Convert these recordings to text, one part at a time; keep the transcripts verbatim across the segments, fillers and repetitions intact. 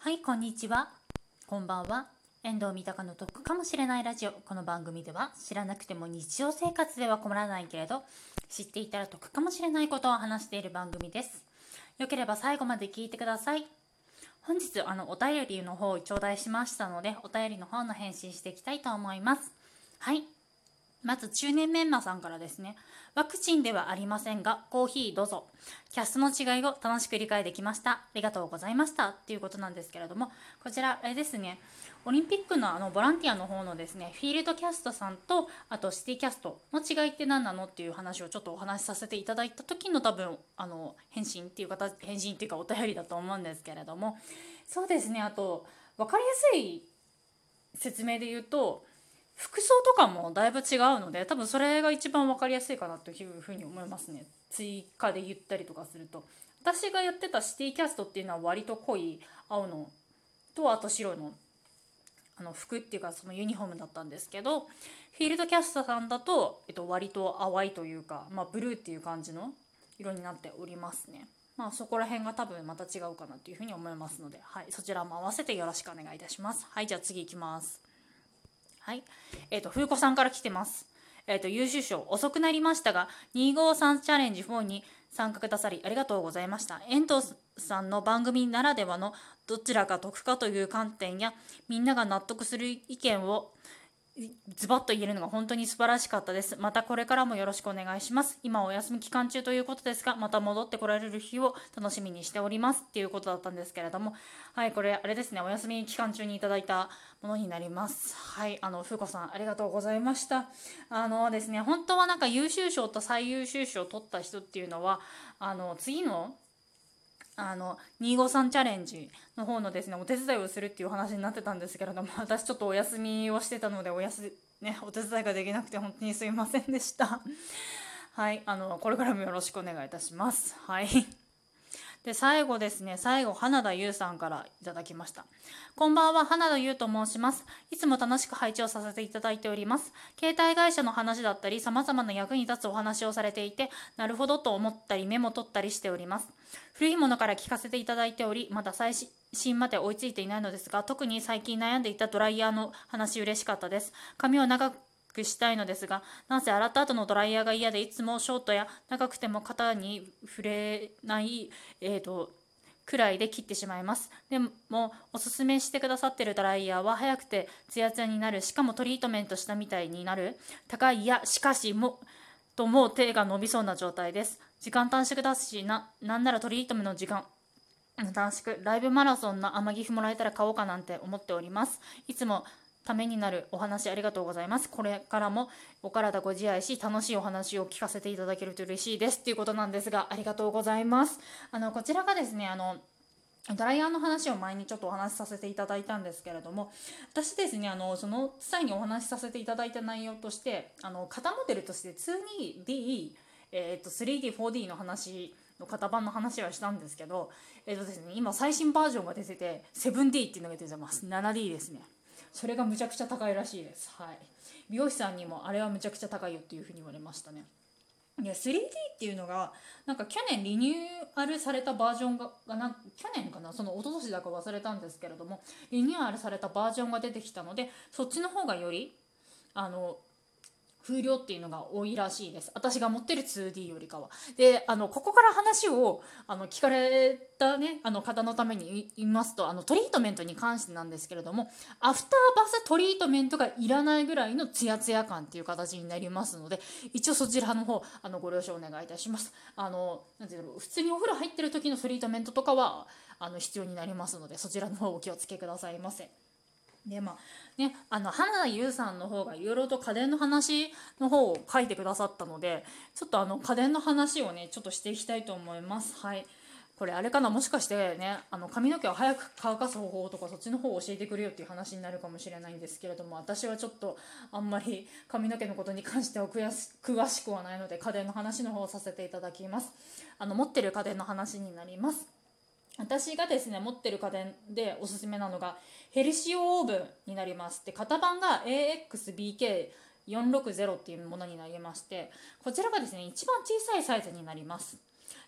はい、こんにちは。こんばんは。遠藤三鷹の得かもしれないラジオ。この番組では知らなくても日常生活では困らないけれど、知っていたら得かもしれないことを話している番組です。よければ最後まで聞いてください。本日あのお便りの方を頂戴しましたので、お便りの方の返信していきたいと思います。はい。まず中年メンマさんからですね。ワクチンではありませんがコーヒーどうぞ。キャストの違いを楽しく理解できました。ありがとうございましたっていうことなんですけれども、こちらあれですね、オリンピックのあのボランティアの方のですね、フィールドキャストさんとあとシティキャストの違いって何なのっていう話をちょっとお話しさせていただいた時の多分あの返信っていう形返信っていうかお便りだと思うんですけれども、そうですね、あと分かりやすい説明で言うと服装とかもだいぶ違うので、多分それが一番分かりやすいかなというふうに思いますね。追加で言ったりとかすると、私がやってたシティキャストっていうのは割と濃い青のとあと白のあの服っていうかそのユニフォームだったんですけど、フィールドキャストさんだと、えっと、割と淡いというか、まあ、ブルーっていう感じの色になっておりますね。まあそこら辺が多分また違うかなというふうに思いますので、はい、そちらも合わせてよろしくお願いいたします。はい、じゃあ次いきます。はい、えっ、ー、と風子さんから来てます。えっ、ー、と優秀賞遅くなりましたがにひゃくごじゅうさんチャレンジフォーに参加くださりありがとうございました。遠藤さんの番組ならではのどちらが得かという観点やみんなが納得する意見をズバッと言えるのが本当に素晴らしかったです。またこれからもよろしくお願いします。今お休み期間中ということですが、また戻ってこられる日を楽しみにしておりますっていうことだったんですけれども、はい、これあれですね、お休み期間中にいただいたものになります。はい、あの風子さんありがとうございました。あのですね、本当はなんか優秀賞と最優秀賞を取った人っていうのはあの次のあのにひゃくごじゅうさんチャレンジの方のですねお手伝いをするっていう話になってたんですけれども、私ちょっとお休みをしてたのでおやす、ね、お手伝いができなくて本当にすいませんでしたはい、あのこれからもよろしくお願いいたします。はいで最後ですね、最後花田優さんからいただきました。こんばんは、花田優と申します。いつも楽しく拝聴させていただいております。携帯会社の話だったり様々な役に立つお話をされていて、なるほどと思ったりメモ取ったりしております。古いものから聞かせていただいており、まだ最新まで追いついていないのですが、特に最近悩んでいたドライヤーの話嬉しかったです。髪を長くしたいのですが、なんせ洗った後のドライヤーが嫌で、いつもショートや長くても肩に触れない、えーと、くらいで切ってしまいます。でもおすすめしてくださってるドライヤーは早くてツヤツヤになる、しかもトリートメントしたみたいになる、高い、いやしかしもともう手が伸びそうな状態です。時間短縮だし、ななんならトリートメントの時間短縮、ライブマラソンの天岐阜もらえたら買おうかなんて思っております。いつもためになるお話ありがとうございます。これからもお体ご自愛し、楽しいお話を聞かせていただけると嬉しいですっていうことなんですが、ありがとうございます。あのこちらがですね、あのドライヤーの話を前にちょっとお話しさせていただいたんですけれども、私ですね、あのその際にお話しさせていただいた内容として、あの型モデルとして ツーディー、えー、と スリーディー、フォーディー の話の型番の話はしたんですけど、えーとですね、今最新バージョンが出てて セブンディー っていうのが出てます。ナナディー ですね。それがむちゃくちゃ高いらしいです。はい、美容師さんにもあれはむちゃくちゃ高いよっていうふうに言われましたね。で スリーディー っていうのがなんか去年リニューアルされたバージョンがな去年かな、その一昨年だか忘れたんですけれども、リニューアルされたバージョンが出てきたので、そっちの方がよりあの風量っていうのが多いらしいです。私が持ってる ツーディー よりかは。で、あのここから話をあの聞かれた、ね、あの方のために言いますと、あのトリートメントに関してなんですけれども、アフターバストリートメントがいらないぐらいのツヤツヤ感っていう形になりますので、一応そちらの方あのご了承お願いいたします。あのなんていうの、普通にお風呂入ってる時のトリートメントとかはあの必要になりますので、そちらの方お気をつけくださいませ。でまあね、あの花田優さんの方がいろいろと家電の話の方を書いてくださったので、ちょっとあの家電の話をねちょっとしていきたいと思います。はい、これあれかな、もしかしてね、あの髪の毛を早く乾かす方法とかそっちの方を教えてくれよっていう話になるかもしれないんですけれども、私はちょっとあんまり髪の毛のことに関しては詳しくはないので、家電の話の方をさせていただきます。あの持ってる家電の話になります。私がですね持ってる家電でおすすめなのがヘルシオオーブンになります。で型番が エーエックスビーケーよんひゃくろくじゅう っていうものになりまして、こちらがですね一番小さいサイズになります。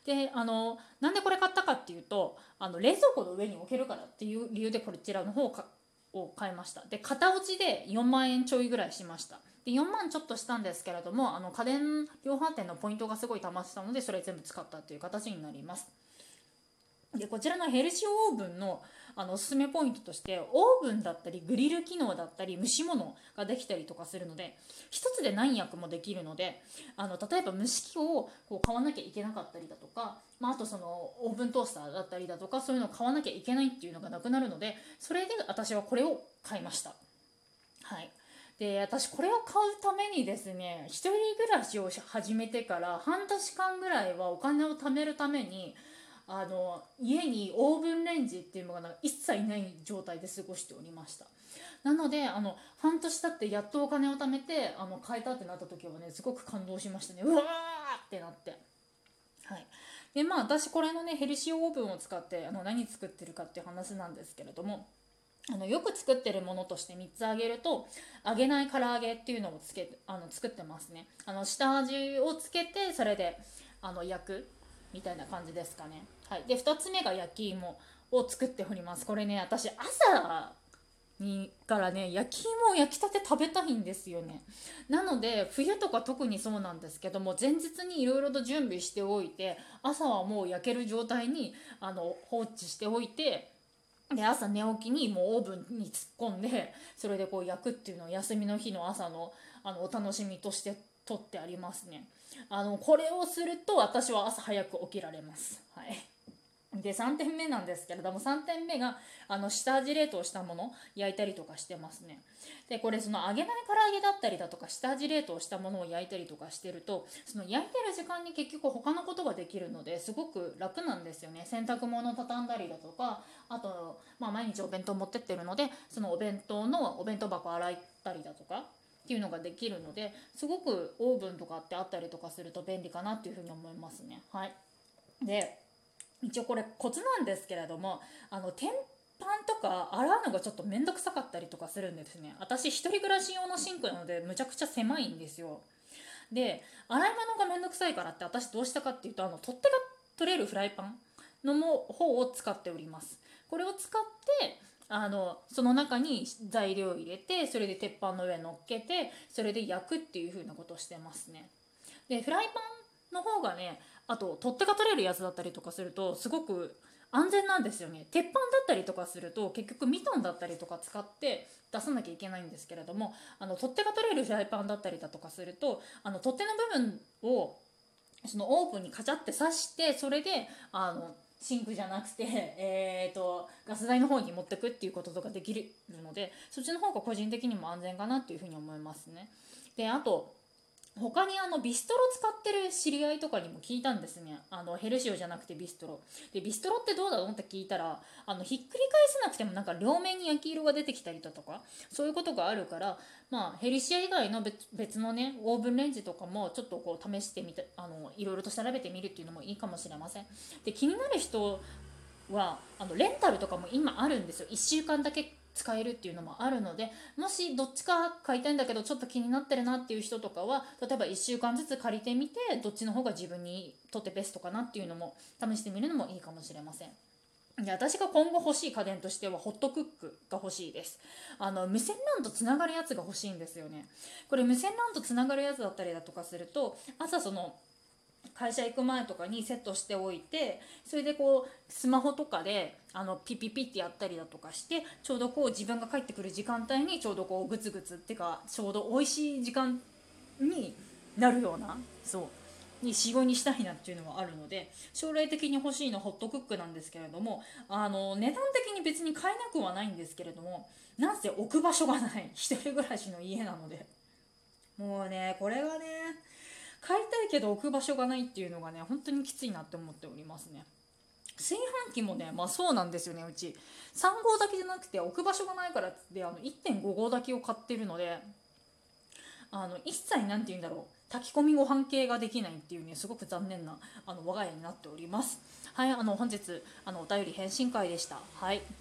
であのなんでこれ買ったかっていうと、あの冷蔵庫の上に置けるからっていう理由でこちらの方をを買いました。で片落ちでよんまんえんちょいぐらいしました。でよんまんちょっとしたんですけれども、あの家電量販店のポイントがすごい溜まってたので、それ全部使ったという形になります。でこちらのヘルシオオーブンのあのおすすめポイントとして、オーブンだったりグリル機能だったり蒸し物ができたりとかするので、一つで何役もできるので、あの例えば蒸し器をこう買わなきゃいけなかったりだとか、まあ、あとそのオーブントースターだったりだとか、そういうのを買わなきゃいけないっていうのがなくなるので、それで私はこれを買いました。はい。で私これを買うためにですね、一人暮らしを始めてから半年間ぐらいはお金を貯めるために、あの家にオーブンレンジっていうのが一切ない状態で過ごしておりました。なのであの半年経ってやっとお金を貯めてあの買えたってなった時はね、すごく感動しましたね。うわーってなって。はい。でまあ私これのねヘルシーオーブンを使ってあの何作ってるかっていう話なんですけれども、あのよく作ってるものとしてみっつ挙げると、揚げない唐揚げっていうのをつけあの作ってますね。あの下味をつけてそれであの焼くみたいな感じですかね。はい、でふたつめが焼き芋を作っております。これね私朝にからね焼き芋を焼きたて食べたいんですよね。なので冬とか特にそうなんですけども、前日にいろいろと準備しておいて、朝はもう焼ける状態にあの放置しておいて、で朝寝起きにもうオーブンに突っ込んで、それでこう焼くっていうのを休みの日の朝のあのお楽しみとして取ってありますね。あのこれをすると私は朝早く起きられます。はい。でさんてんめなんですけれども、さんてんめがあの下味冷凍したもの焼いたりとかしてますね。でこれその揚げない唐揚げだったりだとか下味冷凍したものを焼いたりとかしてると、その焼いてる時間に結局他のことができるのですごく楽なんですよね。洗濯物を畳んだりだとか、あと、まあ、毎日お弁当持ってってるので、そのお弁当のお弁当箱洗ったりだとかっていうのができるので、すごくオーブンとかってあったりとかすると便利かなっていうふうに思いますね。はい。で一応これコツなんですけれども、あの天板とか洗うのがちょっと面倒くさかったりとかするんですね。私一人暮らし用のシンクなのでむちゃくちゃ狭いんですよ。で洗い物が面倒くさいからって私どうしたかっていうと、あの取っ手が取れるフライパンのも方を使っております。これを使ってあのその中に材料を入れて、それで鉄板の上に乗っけて、それで焼くっていう風なことをしてますね。でフライパンの方がね、あと取っ手が取れるやつだったりとかするとすごく安全なんですよね。鉄板だったりとかすると結局ミトンだったりとか使って出さなきゃいけないんですけれども、あの取っ手が取れるフライパンだったりだとかすると、あの取っ手の部分をそのオーブンにカチャって刺して、それであのシンクじゃなくて、えー、とガス台の方に持ってくっていうこととかできるので、そっちの方が個人的にも安全かなっていうふうに思いますね。であと他にあのビストロ使ってる知り合いとかにも聞いたんですね。あのヘルシオじゃなくてビストロで、ビストロってどうだろうって聞いたら、あのひっくり返せなくてもなんか両面に焼き色が出てきたりだとか、そういうことがあるから、まあヘルシア以外の 別, 別のねオーブンレンジとかもちょっとこう試してみて、あのいろいろと調べてみるっていうのもいいかもしれません。で気になる人はあのレンタルとかも今あるんですよ。いっしゅうかんだけ使えるっていうのもあるので、もしどっちか買いたいんだけどちょっと気になってるなっていう人とかは、例えばいっしゅうかんずつ借りてみて、どっちの方が自分にとってベストかなっていうのも試してみるのもいいかもしれません。で私が今後欲しい家電としてはホットクックが欲しいです。あの無線 ラン とつながるやつが欲しいんですよね。これ無線 ラン とつながるやつだったりだとかすると、朝その会社行く前とかにセットしておいて、それでこうスマホとかであのピピピってやったりだとかして、ちょうどこう自分が帰ってくる時間帯にちょうどこうグツグツっていうか、ちょうど美味しい時間になるような、そうに仕様にしたいなっていうのはあるので、将来的に欲しいのホットクックなんですけれども、あの値段的に別に買えなくはないんですけれども、なんせ置く場所がない一人暮らしの家なので、もうねこれがね買いたいけど置く場所がないっていうのがね本当にきついなって思っておりますね。炊飯器もね、まあそうなんですよね。うちさん号炊きじゃなくて置く場所がないからってあの いってんご 号炊きを買ってるので、あの一切なんて言うんだろう、炊き込みご飯系ができないっていうね、すごく残念なあの我が家になっております。はい、あの本日あのお便り返信会でした。はい。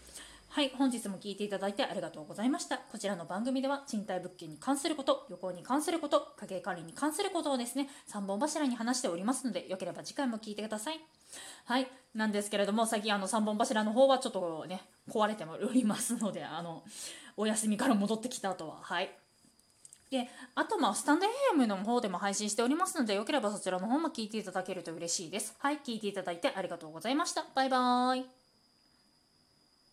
はい、本日も聞いていただいてありがとうございました。こちらの番組では賃貸物件に関すること、旅行に関すること、家計管理に関することをですね、さんぼん柱に話しておりますので、よければ次回も聞いてください。はい、なんですけれども、最近あのさんぼん柱の方はちょっとね、壊れておりますので、あの、お休みから戻ってきた後は、はい。で、あとまあスタンド エフエム の方でも配信しておりますので、よければそちらの方も聞いていただけると嬉しいです。はい、聞いていただいてありがとうございました。バイバーイ。